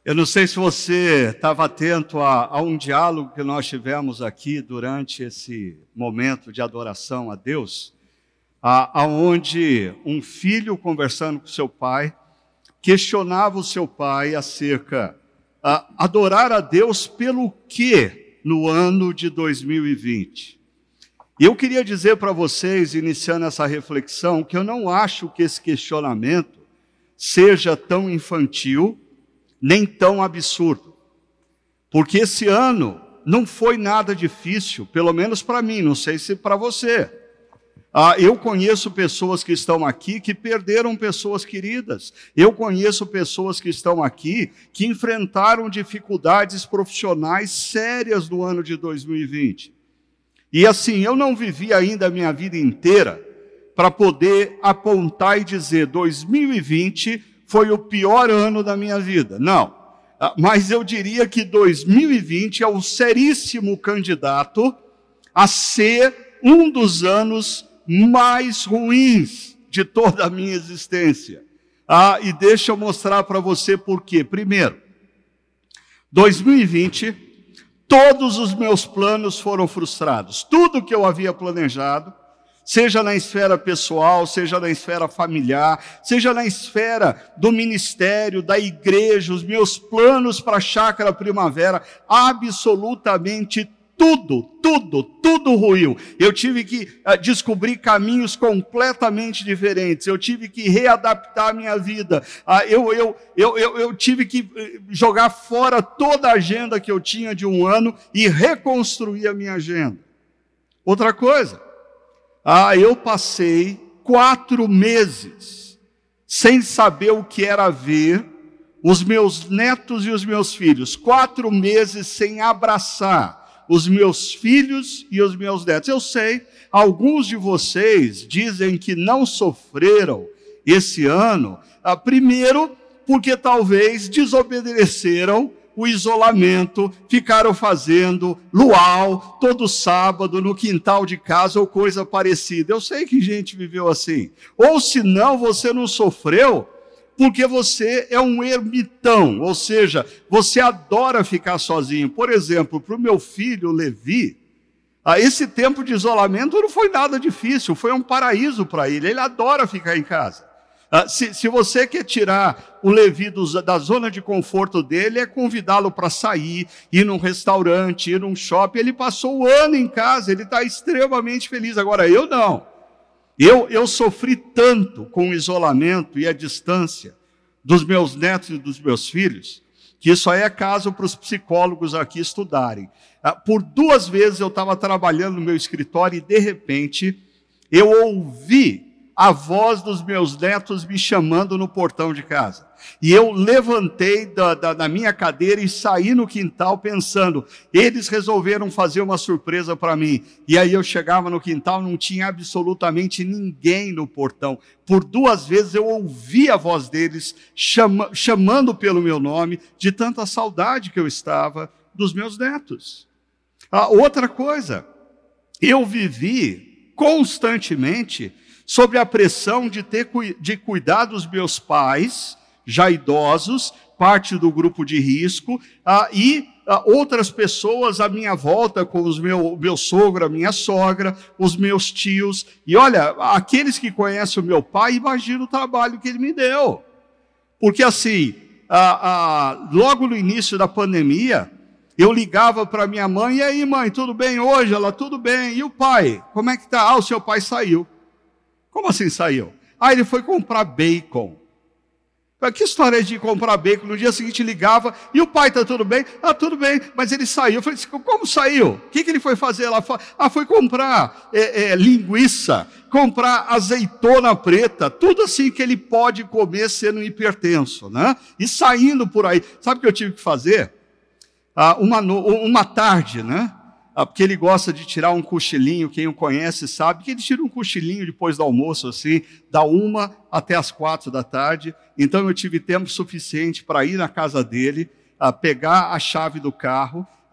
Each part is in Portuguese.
Eu não sei se você estava atento a um diálogo que nós tivemos aqui durante esse momento de adoração a Deus, aonde um filho conversando com seu pai, questionava o seu pai acerca adorar a Deus pelo quê no ano de 2020. E eu queria dizer para vocês, iniciando essa reflexão, que eu não acho que esse questionamento seja tão infantil, nem tão absurdo. Porque esse ano não foi nada difícil, pelo menos para mim, não sei se para você. Eu conheço pessoas que estão aqui que perderam pessoas queridas. Eu conheço pessoas que estão aqui que enfrentaram dificuldades profissionais sérias no ano de 2020. E assim, eu não vivi ainda a minha vida inteira para poder apontar e dizer 2020 foi o pior ano da minha vida. Não, mas eu diria que 2020 é o seríssimo candidato a ser um dos anos mais ruins de toda a minha existência. E deixa eu mostrar para você por quê. Primeiro, 2020, todos os meus planos foram frustrados. Tudo que eu havia planejado, seja na esfera pessoal, seja na esfera familiar, seja na esfera do ministério, da igreja, os meus planos para a Chácara Primavera, absolutamente tudo ruim. Eu tive que descobrir caminhos completamente diferentes. Eu tive que readaptar a minha vida. Eu tive que jogar fora toda a agenda que eu tinha de um ano e reconstruir a minha agenda. Outra coisa, eu passei 4 meses sem saber o que era ver os meus netos e os meus filhos. 4 meses sem abraçar os meus filhos e os meus netos. Eu sei, alguns de vocês dizem que não sofreram esse ano, primeiro porque talvez desobedeceram o isolamento, ficaram fazendo luau todo sábado no quintal de casa ou coisa parecida. Eu sei que gente viveu assim. Ou se não, você não sofreu porque você é um ermitão, ou seja, você adora ficar sozinho. Por exemplo, para o meu filho Levi, esse tempo de isolamento não foi nada difícil, foi um paraíso para ele. Ele adora ficar em casa. Se você quer tirar o Levi da zona de conforto dele, é convidá-lo para sair, ir num restaurante, ir num shopping. Ele passou o ano em casa, ele está extremamente feliz. Agora, eu não. Eu sofri tanto com o isolamento e a distância dos meus netos e dos meus filhos, que isso aí é caso para os psicólogos aqui estudarem. Por 2 vezes eu estava trabalhando no meu escritório e, de repente, eu ouvi a voz dos meus netos me chamando no portão de casa. E eu levantei da minha cadeira e saí no quintal pensando, eles resolveram fazer uma surpresa para mim. E aí eu chegava no quintal, não tinha absolutamente ninguém no portão. Por 2 vezes eu ouvi a voz deles chamando pelo meu nome, de tanta saudade que eu estava dos meus netos. Outra coisa, eu vivi constantemente sob a pressão de cuidar dos meus pais, já idosos, parte do grupo de risco, e outras pessoas à minha volta, como o meu sogro, a minha sogra, os meus tios. E olha, aqueles que conhecem o meu pai, imagina o trabalho que ele me deu. Porque assim, logo no início da pandemia, eu ligava para minha mãe, e aí mãe, tudo bem hoje? Ela, tudo bem. E o pai, como é que está? O seu pai saiu. Como assim saiu? Ele foi comprar bacon. Que história é de comprar bacon? No dia seguinte ligava, e o pai, está tudo bem? Tudo bem, mas ele saiu. Eu falei assim, como saiu? O que ele foi fazer lá? Foi comprar linguiça, comprar azeitona preta, tudo assim que ele pode comer sendo hipertenso, né? E saindo por aí. Sabe o que eu tive que fazer? Uma tarde, né? Porque ele gosta de tirar um cochilinho, quem o conhece sabe que ele tira um cochilinho depois do almoço, assim, da 1 até as 4 da tarde. Então eu tive tempo suficiente para ir na casa dele, pegar a chave do carro,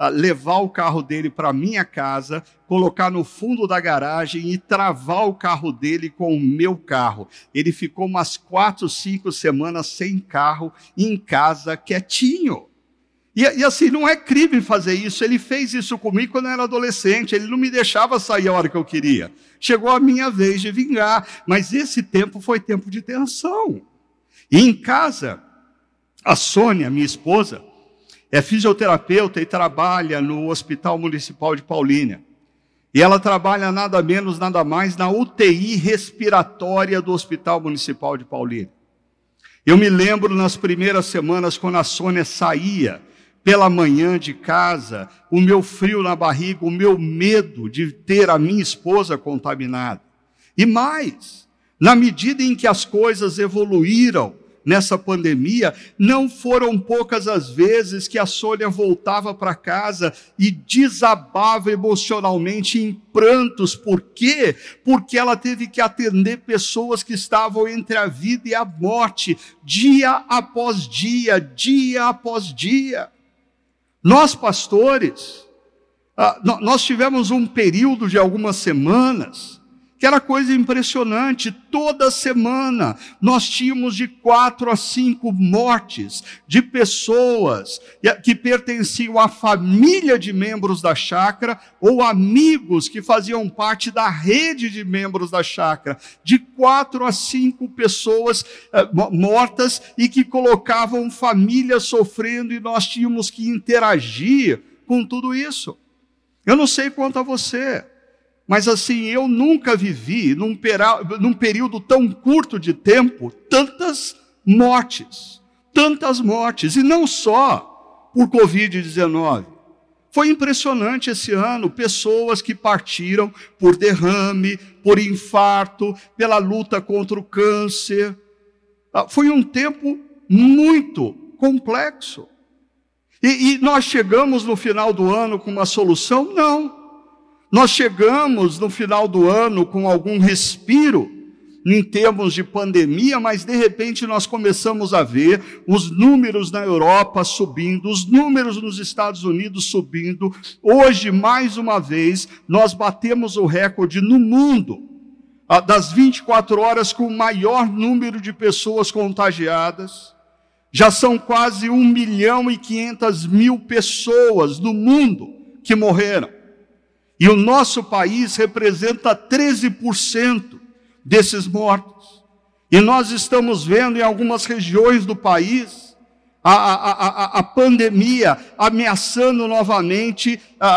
levar o carro dele para minha casa, colocar no fundo da garagem e travar o carro dele com o meu carro. Ele ficou umas 4, 5 semanas sem carro, em casa, quietinho. E assim, não é crime fazer isso. Ele fez isso comigo quando eu era adolescente. Ele não me deixava sair a hora que eu queria. Chegou a minha vez de vingar. Mas esse tempo foi tempo de tensão. E em casa, a Sônia, minha esposa, é fisioterapeuta e trabalha no Hospital Municipal de Paulínia. E ela trabalha nada menos, nada mais na UTI respiratória do Hospital Municipal de Paulínia. Eu me lembro nas primeiras semanas, quando a Sônia saía pela manhã de casa, o meu frio na barriga, o meu medo de ter a minha esposa contaminada. E mais, na medida em que as coisas evoluíram nessa pandemia, não foram poucas as vezes que a Sônia voltava para casa e desabava emocionalmente em prantos. Por quê? Porque ela teve que atender pessoas que estavam entre a vida e a morte, dia após dia, dia após dia. Nós, pastores, nós tivemos um período de algumas semanas que era coisa impressionante. Toda semana nós tínhamos de 4 a 5 mortes de pessoas que pertenciam à família de membros da chácara ou amigos que faziam parte da rede de membros da chácara. De 4 a 5 pessoas mortas e que colocavam famílias sofrendo, e nós tínhamos que interagir com tudo isso. Eu não sei quanto a você, mas assim, eu nunca vivi, num período tão curto de tempo, tantas mortes, e não só por Covid-19. Foi impressionante esse ano, pessoas que partiram por derrame, por infarto, pela luta contra o câncer. Foi um tempo muito complexo. E nós chegamos no final do ano com uma solução? Não. Nós chegamos no final do ano com algum respiro em termos de pandemia, mas de repente nós começamos a ver os números na Europa subindo, os números nos Estados Unidos subindo. Hoje, mais uma vez, nós batemos o recorde no mundo das 24 horas com o maior número de pessoas contagiadas. Já são quase 1.500.000 pessoas no mundo que morreram. E o nosso país representa 13% desses mortos. E nós estamos vendo em algumas regiões do país a pandemia ameaçando novamente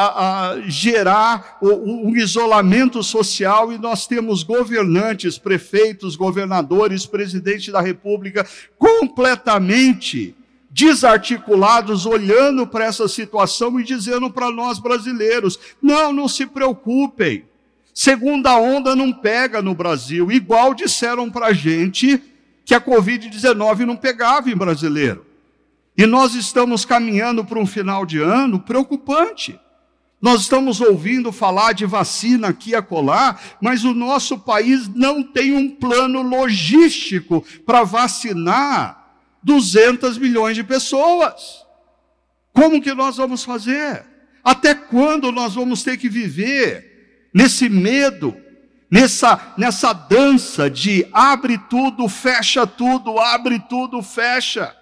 gerar um isolamento social, e nós temos governantes, prefeitos, governadores, presidente da República completamente desarticulados, olhando para essa situação e dizendo para nós brasileiros: não se preocupem, segunda onda não pega no Brasil, igual disseram para a gente que a Covid-19 não pegava em brasileiro. E nós estamos caminhando para um final de ano preocupante. Nós estamos ouvindo falar de vacina aqui e acolá, mas o nosso país não tem um plano logístico para vacinar 200 milhões de pessoas. Como que nós vamos fazer? Até quando nós vamos ter que viver nesse medo, nessa dança de abre tudo, fecha tudo, abre tudo, fecha?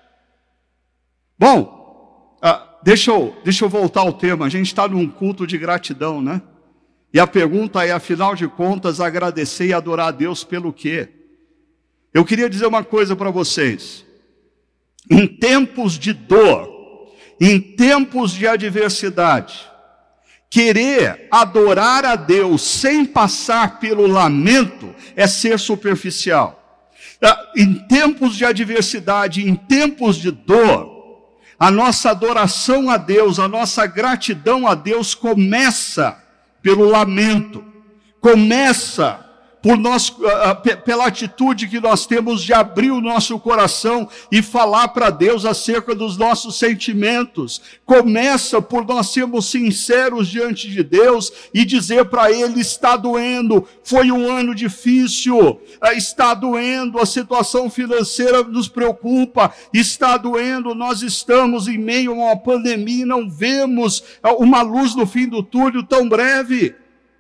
Bom, deixa eu voltar ao tema. A gente está num culto de gratidão, né? E a pergunta é, afinal de contas, agradecer e adorar a Deus pelo quê? Eu queria dizer uma coisa para vocês. Em tempos de dor, em tempos de adversidade, querer adorar a Deus sem passar pelo lamento é ser superficial. Em tempos de adversidade, em tempos de dor, a nossa adoração a Deus, a nossa gratidão a Deus começa pelo lamento, começa pela atitude que nós temos de abrir o nosso coração e falar para Deus acerca dos nossos sentimentos. Começa por nós sermos sinceros diante de Deus e dizer para Ele: está doendo, foi um ano difícil, está doendo, a situação financeira nos preocupa, está doendo, nós estamos em meio a uma pandemia e não vemos uma luz no fim do túnel tão breve.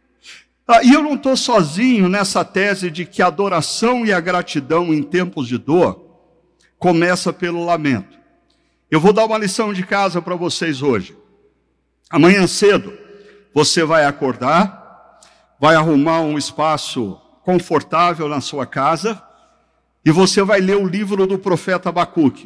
E eu não estou sozinho nessa tese de que a adoração e a gratidão em tempos de dor começa pelo lamento. Eu vou dar uma lição de casa para vocês hoje. Amanhã cedo, você vai acordar, vai arrumar um espaço confortável na sua casa e você vai ler o livro do profeta Abacuque.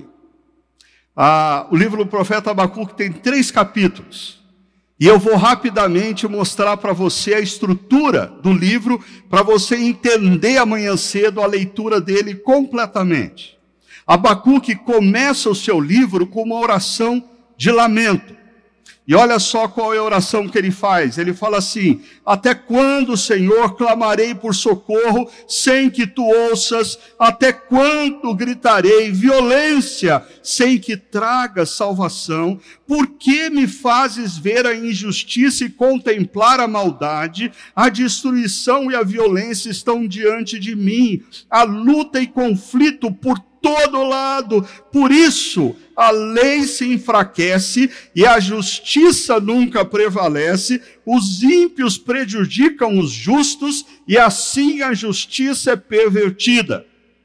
O livro do profeta Abacuque tem 3 capítulos. E eu vou rapidamente mostrar para você a estrutura do livro, para você entender amanhã cedo a leitura dele completamente. Abacuque começa o seu livro com uma oração de lamento. E olha só qual é a oração que ele faz. Ele fala assim: até quando, Senhor, clamarei por socorro sem que tu ouças? Até quando gritarei violência sem que traga salvação? Por que me fazes ver a injustiça e contemplar a maldade? A destruição e a violência estão diante de mim. A luta e conflito por todo lado. Por isso, a lei se enfraquece e a justiça nunca prevalece. Os ímpios prejudicam os justos e assim a justiça é pervertida.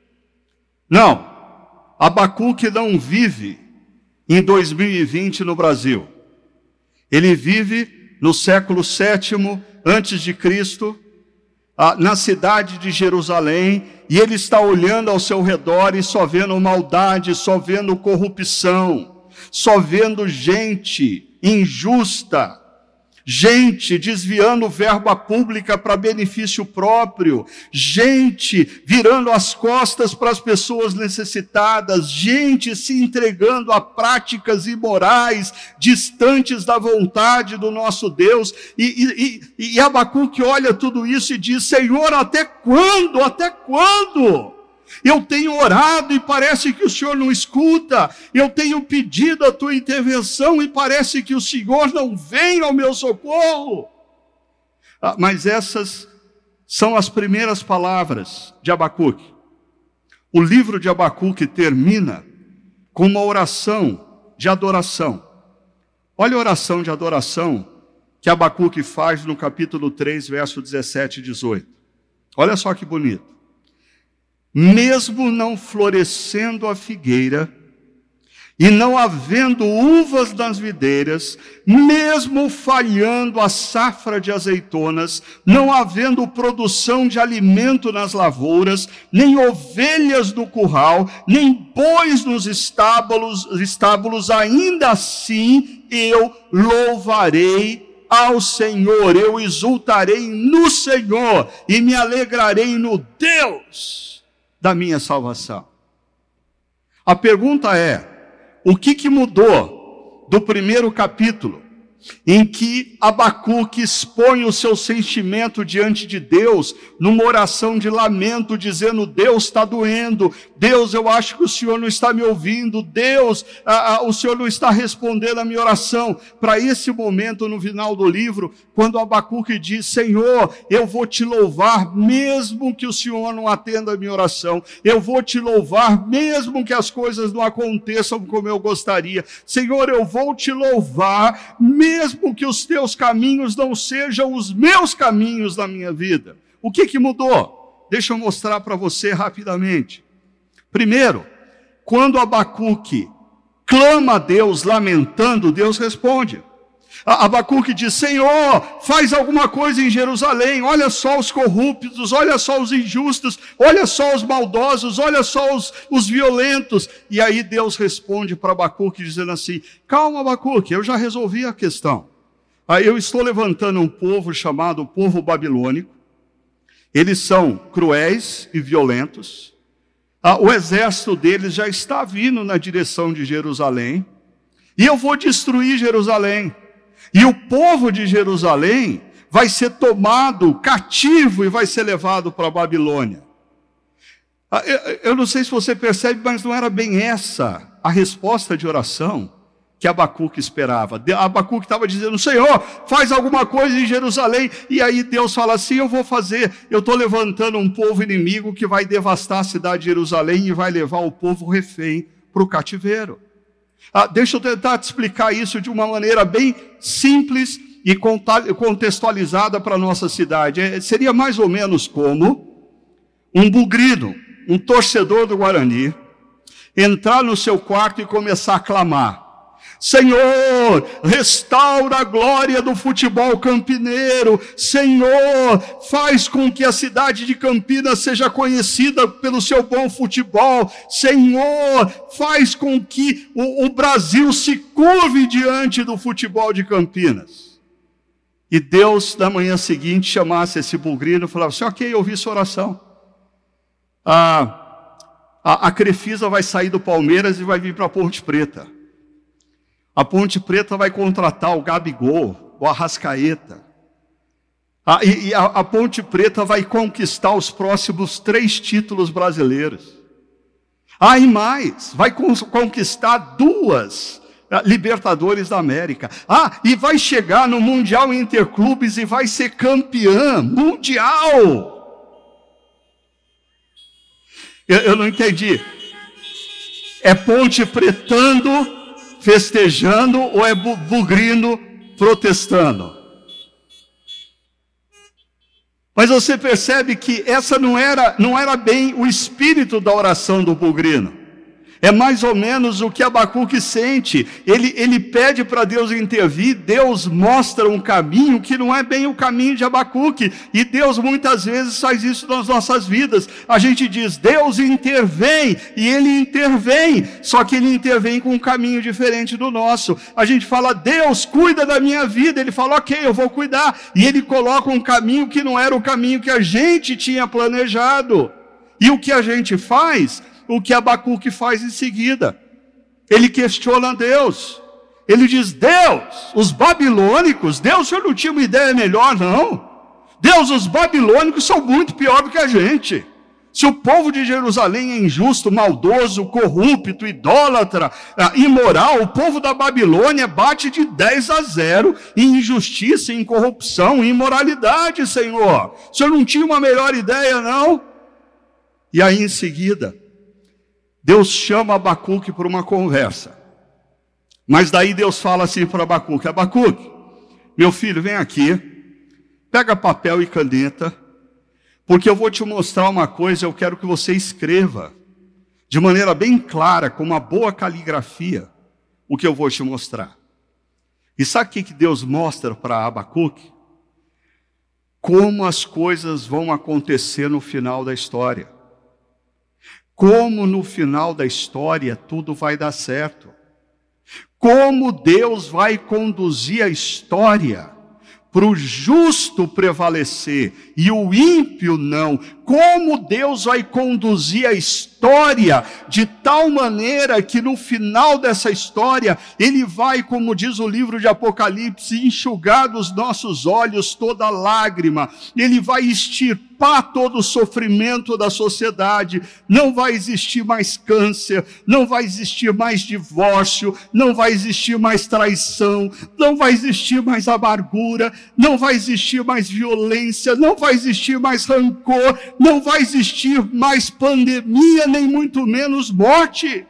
Não, Abacuque não vive em 2020 no Brasil. Ele vive no século VII antes de Cristo, na cidade de Jerusalém, e ele está olhando ao seu redor e só vendo maldade, só vendo corrupção, só vendo gente injusta, gente desviando verba pública para benefício próprio, gente virando as costas para as pessoas necessitadas, gente se entregando a práticas imorais, distantes da vontade do nosso Deus. E Abacuque olha tudo isso e diz: Senhor, até quando? Até quando? Eu tenho orado e parece que o Senhor não escuta. Eu tenho pedido a tua intervenção e parece que o Senhor não vem ao meu socorro. Mas essas são as primeiras palavras de Abacuque. O livro de Abacuque termina com uma oração de adoração. Olha a oração de adoração que Abacuque faz no capítulo 3, verso 17 e 18. Olha só que bonito. Mesmo não florescendo a figueira, e não havendo uvas nas videiras, mesmo falhando a safra de azeitonas, não havendo produção de alimento nas lavouras, nem ovelhas no curral, nem bois nos estábulos, ainda assim eu louvarei ao Senhor, eu exultarei no Senhor e me alegrarei no Deus da minha salvação. A pergunta é: o que mudou do primeiro capítulo, em que Abacuque expõe o seu sentimento diante de Deus, numa oração de lamento, dizendo: Deus está doendo, Deus, eu acho que o Senhor não está me ouvindo, Deus, o Senhor não está respondendo a minha oração, para esse momento no final do livro, quando Abacuque diz: Senhor, eu vou te louvar, mesmo que o Senhor não atenda a minha oração, eu vou te louvar, mesmo que as coisas não aconteçam como eu gostaria, Senhor, eu vou te louvar, mesmo que os teus caminhos não sejam os meus caminhos na minha vida. O que mudou? Deixa eu mostrar para você rapidamente. Primeiro, quando Abacuque clama a Deus lamentando, Deus responde. Abacuque diz: Senhor, faz alguma coisa em Jerusalém, olha só os corruptos, olha só os injustos, olha só os maldosos, olha só os violentos. E aí Deus responde para Abacuque dizendo assim: calma, Abacuque, eu já resolvi a questão. Eu estou levantando um povo chamado povo babilônico, eles são cruéis e violentos, o exército deles já está vindo na direção de Jerusalém, e eu vou destruir Jerusalém. E o povo de Jerusalém vai ser tomado cativo e vai ser levado para a Babilônia. Eu não sei se você percebe, mas não era bem essa a resposta de oração que Abacuque esperava. Abacuque estava dizendo: Senhor, faz alguma coisa em Jerusalém. E aí Deus fala assim: eu vou fazer. Eu estou levantando um povo inimigo que vai devastar a cidade de Jerusalém e vai levar o povo refém para o cativeiro. Deixa eu tentar te explicar isso de uma maneira bem simples e contextualizada para a nossa cidade. Seria mais ou menos como um bugrino, um torcedor do Guarani, entrar no seu quarto e começar a clamar: Senhor, restaura a glória do futebol campineiro. Senhor, faz com que a cidade de Campinas seja conhecida pelo seu bom futebol. Senhor, faz com que o Brasil se curve diante do futebol de Campinas. E Deus, na manhã seguinte, chamasse esse bugrino e falava assim: ok, eu ouvi sua oração. A Crefisa vai sair do Palmeiras e vai vir para a Ponte Preta. A Ponte Preta vai contratar o Gabigol, o Arrascaeta. E a Ponte Preta vai conquistar os próximos 3 títulos brasileiros. E mais, vai conquistar 2 Libertadores da América. E vai chegar no Mundial Interclubes e vai ser campeã mundial. Eu não entendi. É Ponte Pretando festejando ou é bugrino protestando? Mas você percebe que essa não era bem o espírito da oração do bugrino. É mais ou menos o que Abacuque sente. Ele pede para Deus intervir, Deus mostra um caminho que não é bem o caminho de Abacuque. E Deus muitas vezes faz isso nas nossas vidas. A gente diz: Deus intervém, e Ele intervém, só que Ele intervém com um caminho diferente do nosso. A gente fala: Deus, cuida da minha vida. Ele fala: ok, eu vou cuidar. E Ele coloca um caminho que não era o caminho que a gente tinha planejado. E o que a gente faz? O que Abacuque faz em seguida? Ele questiona Deus. Ele diz: Deus, os babilônicos, Deus, o senhor não tinha uma ideia melhor, não? Deus, os babilônicos são muito pior do que a gente. Se o povo de Jerusalém é injusto, maldoso, corrupto, idólatra, imoral, o povo da Babilônia bate de 10-0 em injustiça, em corrupção, em imoralidade, Senhor. O senhor não tinha uma melhor ideia, não? E aí em seguida, Deus chama Abacuque para uma conversa. Mas daí Deus fala assim para Abacuque: Abacuque, meu filho, vem aqui, pega papel e caneta, porque eu vou te mostrar uma coisa. Eu quero que você escreva de maneira bem clara, com uma boa caligrafia, o que eu vou te mostrar. E sabe o que Deus mostra para Abacuque? Como as coisas vão acontecer no final da história. Como no final da história tudo vai dar certo. Como Deus vai conduzir a história para o justo prevalecer e o ímpio não. Como Deus vai conduzir a história de tal maneira que no final dessa história Ele vai, como diz o livro de Apocalipse, enxugar dos nossos olhos toda lágrima. Ele vai extirpar todo o sofrimento da sociedade. Não vai existir mais câncer, não vai existir mais divórcio, não vai existir mais traição, não vai existir mais amargura, não vai existir mais violência, não vai existir mais rancor, não vai existir mais pandemia, nem muito menos morte.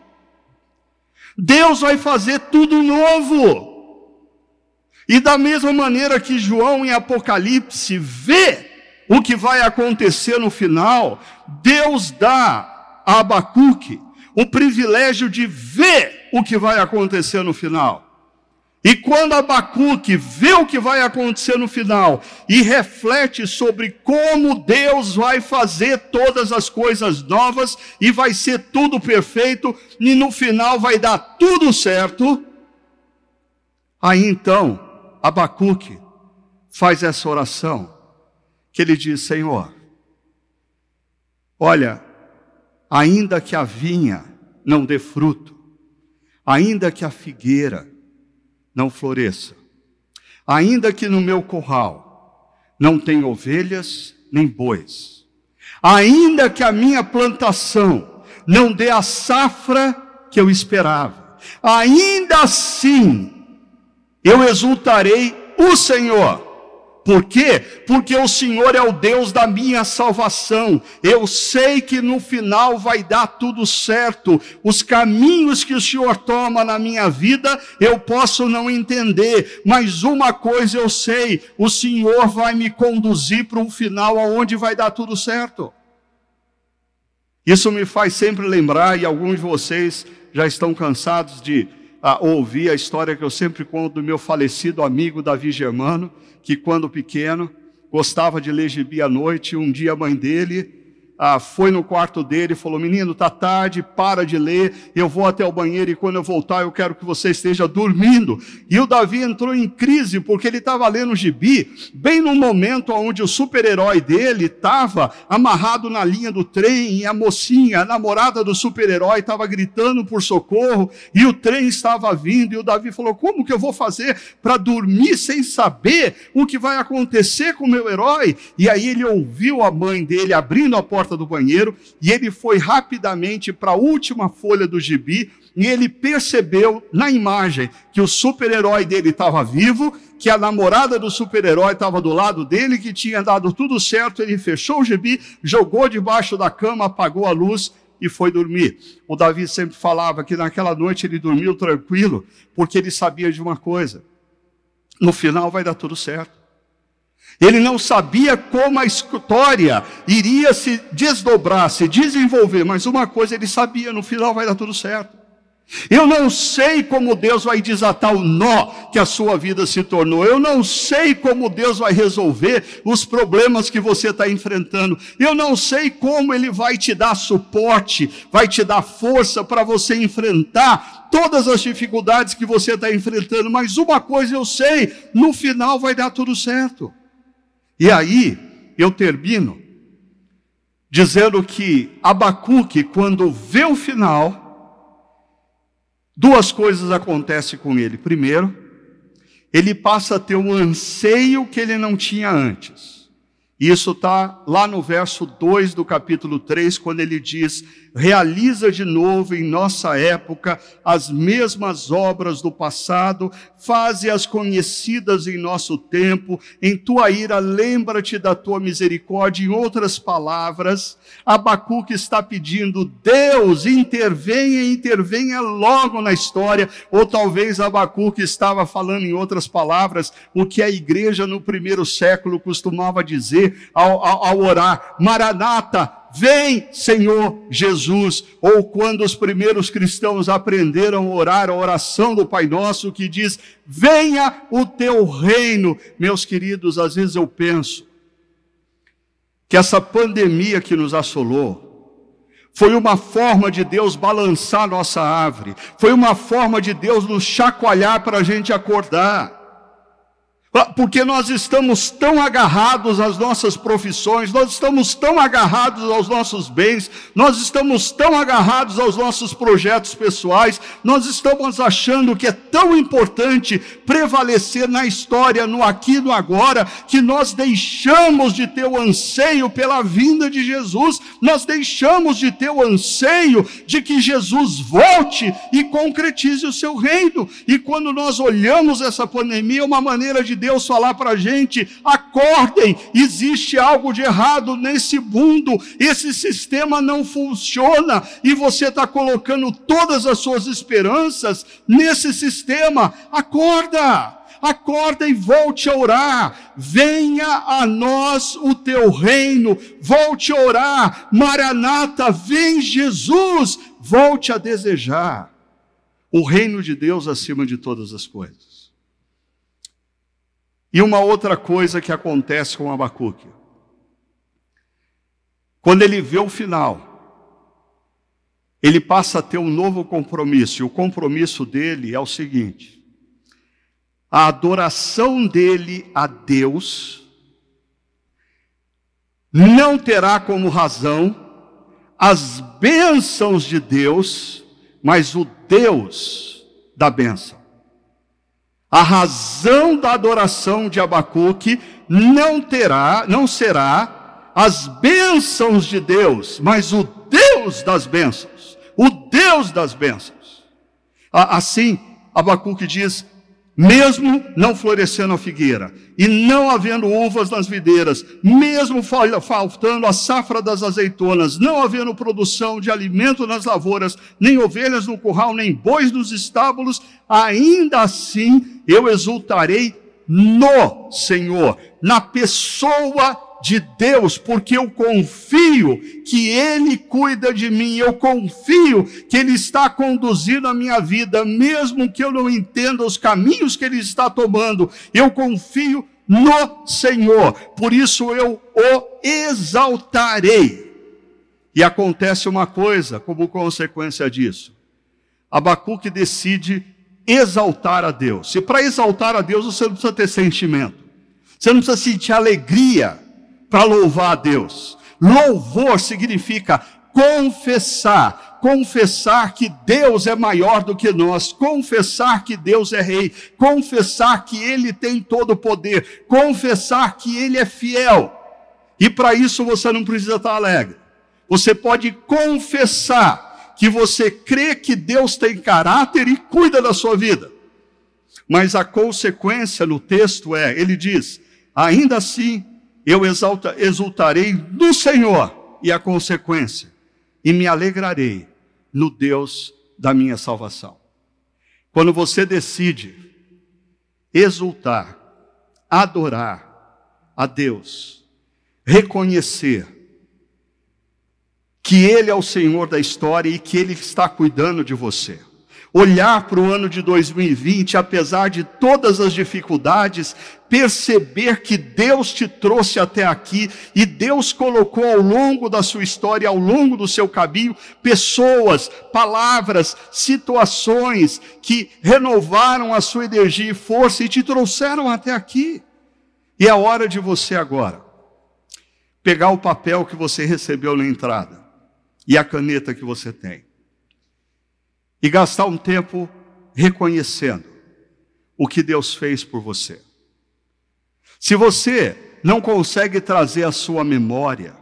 Deus vai fazer tudo novo. E da mesma maneira que João em Apocalipse vê o que vai acontecer no final, Deus dá a Abacuque o privilégio de ver o que vai acontecer no final. E quando Abacuque vê o que vai acontecer no final e reflete sobre como Deus vai fazer todas as coisas novas e vai ser tudo perfeito e no final vai dar tudo certo, aí então Abacuque faz essa oração que ele diz: Senhor, olha, ainda que a vinha não dê fruto, ainda que a figueira não floresça, ainda que no meu curral não tem ovelhas nem bois. Ainda que a minha plantação não dê a safra que eu esperava, ainda assim eu exultarei o Senhor. Por quê? Porque o Senhor é o Deus da minha salvação. Eu sei que no final vai dar tudo certo. Os caminhos que o Senhor toma na minha vida, eu posso não entender, mas uma coisa eu sei: o Senhor vai me conduzir para um final onde vai dar tudo certo. Isso me faz sempre lembrar, e alguns de vocês já estão cansados de ouvir a história que eu sempre conto do meu falecido amigo Davi Germano, que quando pequeno gostava de ler gibi à noite. Um dia a mãe dele foi no quarto dele e falou: menino, está tarde, para de ler, eu vou até o banheiro e quando eu voltar eu quero que você esteja dormindo. E o Davi entrou em crise porque ele estava lendo o gibi bem no momento onde o super-herói dele estava amarrado na linha do trem e a mocinha, a namorada do super-herói, estava gritando por socorro e o trem estava vindo. E o Davi falou: como que eu vou fazer para dormir sem saber o que vai acontecer com o meu herói? E aí ele ouviu a mãe dele abrindo a porta do banheiro e ele foi rapidamente para a última folha do gibi e ele percebeu na imagem que o super-herói dele estava vivo, que a namorada do super-herói estava do lado dele, que tinha dado tudo certo. Ele fechou o gibi, jogou debaixo da cama, apagou a luz e foi dormir. O Davi sempre falava que naquela noite ele dormiu tranquilo, porque ele sabia de uma coisa: no final vai dar tudo certo. Ele não sabia como a história iria se desdobrar, se desenvolver, mas uma coisa ele sabia: no final vai dar tudo certo. Eu não sei como Deus vai desatar o nó que a sua vida se tornou. Eu não sei como Deus vai resolver os problemas que você está enfrentando. Eu não sei como Ele vai te dar suporte, vai te dar força para você enfrentar todas as dificuldades que você está enfrentando. Mas uma coisa eu sei: no final vai dar tudo certo. E aí, eu termino dizendo que Abacuque, quando vê o final, duas coisas acontecem com ele. Primeiro, ele passa a ter um anseio que ele não tinha antes. Isso está lá no verso 2 do capítulo 3, quando ele diz: realiza de novo em nossa época as mesmas obras do passado, faze-as conhecidas em nosso tempo, em tua ira lembra-te da tua misericórdia. Em outras palavras, Abacuque está pedindo: Deus, intervenha logo na história. Ou talvez Abacuque estava falando, em outras palavras, o que a igreja no primeiro século costumava dizer ao orar: Maranata, vem, Senhor Jesus. Ou quando os primeiros cristãos aprenderam a orar a oração do Pai Nosso, que diz: venha o teu reino. Meus queridos, às vezes eu penso que essa pandemia que nos assolou foi uma forma de Deus balançar nossa árvore, foi uma forma de Deus nos chacoalhar para a gente acordar. Porque nós estamos tão agarrados às nossas profissões, nós estamos tão agarrados aos nossos bens, nós estamos tão agarrados aos nossos projetos pessoais, nós estamos achando que é tão importante prevalecer na história, no aqui e no agora, que nós deixamos de ter o anseio pela vinda de Jesus, nós deixamos de ter o anseio de que Jesus volte e concretize o seu reino. E quando nós olhamos essa pandemia, é uma maneira de Deus falar para a gente: acordem, existe algo de errado nesse mundo, esse sistema não funciona e você está colocando todas as suas esperanças nesse sistema. Acorda e volte a orar. Venha a nós o teu reino, volte a orar. Maranata, vem Jesus, volte a desejar o reino de Deus acima de todas as coisas. E uma outra coisa que acontece com Abacuque: quando ele vê o final, ele passa a ter um novo compromisso. E o compromisso dele é o seguinte: a adoração dele a Deus não terá como razão as bênçãos de Deus, mas o Deus da bênção. A razão da adoração de Abacuque não será as bênçãos de Deus, mas o Deus das bênçãos. O Deus das bênçãos. Assim, Abacuque diz: mesmo não florescendo a figueira, e não havendo uvas nas videiras, mesmo faltando a safra das azeitonas, não havendo produção de alimento nas lavouras, nem ovelhas no curral, nem bois nos estábulos, ainda assim eu exultarei no Senhor, na pessoa de Deus, porque eu confio que Ele cuida de mim, eu confio que Ele está conduzindo a minha vida, mesmo que eu não entenda os caminhos que Ele está tomando, eu confio no Senhor, por isso eu o exaltarei. E acontece uma coisa como consequência disso: Abacuque decide exaltar a Deus. E para exaltar a Deus você não precisa ter sentimento, você não precisa sentir alegria para louvar a Deus. Louvor significa confessar que Deus é maior do que nós, confessar que Deus é rei, confessar que Ele tem todo o poder, confessar que Ele é fiel. E para isso você não precisa estar alegre. Você pode confessar que você crê que Deus tem caráter e cuida da sua vida. Mas a consequência no texto ele diz: ainda assim, eu exultarei no Senhor, e a consequência, e me alegrarei no Deus da minha salvação. Quando você decide exultar, adorar a Deus, reconhecer que Ele é o Senhor da história e que Ele está cuidando de você, olhar para o ano de 2020, apesar de todas as dificuldades, perceber que Deus te trouxe até aqui e Deus colocou ao longo da sua história, ao longo do seu caminho, pessoas, palavras, situações que renovaram a sua energia e força e te trouxeram até aqui. E é hora de você agora pegar o papel que você recebeu na entrada e a caneta que você tem e gastar um tempo reconhecendo o que Deus fez por você. Se você não consegue trazer à sua memória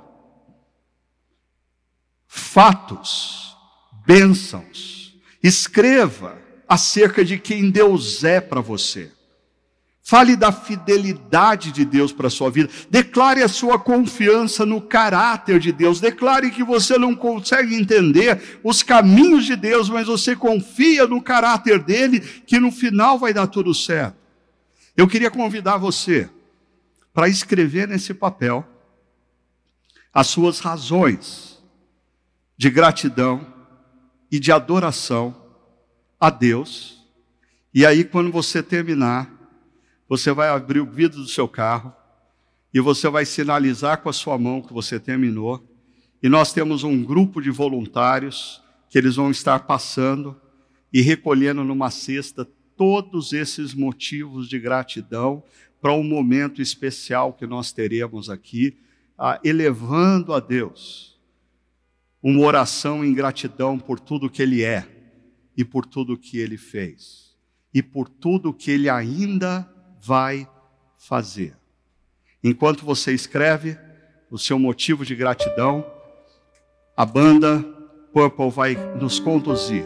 fatos, bênçãos, escreva acerca de quem Deus é para você. Fale da fidelidade de Deus para a sua vida. Declare a sua confiança no caráter de Deus. Declare que você não consegue entender os caminhos de Deus, mas você confia no caráter dele, que no final vai dar tudo certo. Eu queria convidar você para escrever nesse papel as suas razões de gratidão e de adoração a Deus. E aí, quando você terminar, você vai abrir o vidro do seu carro e você vai sinalizar com a sua mão que você terminou. E nós temos um grupo de voluntários que eles vão estar passando e recolhendo numa cesta todos esses motivos de gratidão para um momento especial que nós teremos aqui, elevando a Deus uma oração em gratidão por tudo que Ele é e por tudo que Ele fez e por tudo que Ele ainda vai fazer. Enquanto você escreve o seu motivo de gratidão, a banda Purple vai nos conduzir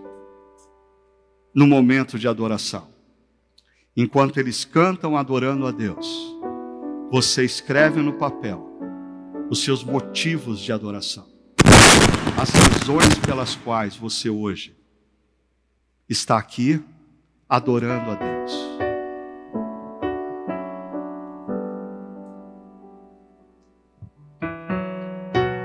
no momento de adoração. Enquanto eles cantam adorando a Deus, você escreve no papel os seus motivos de adoração, as razões pelas quais você hoje está aqui adorando a Deus.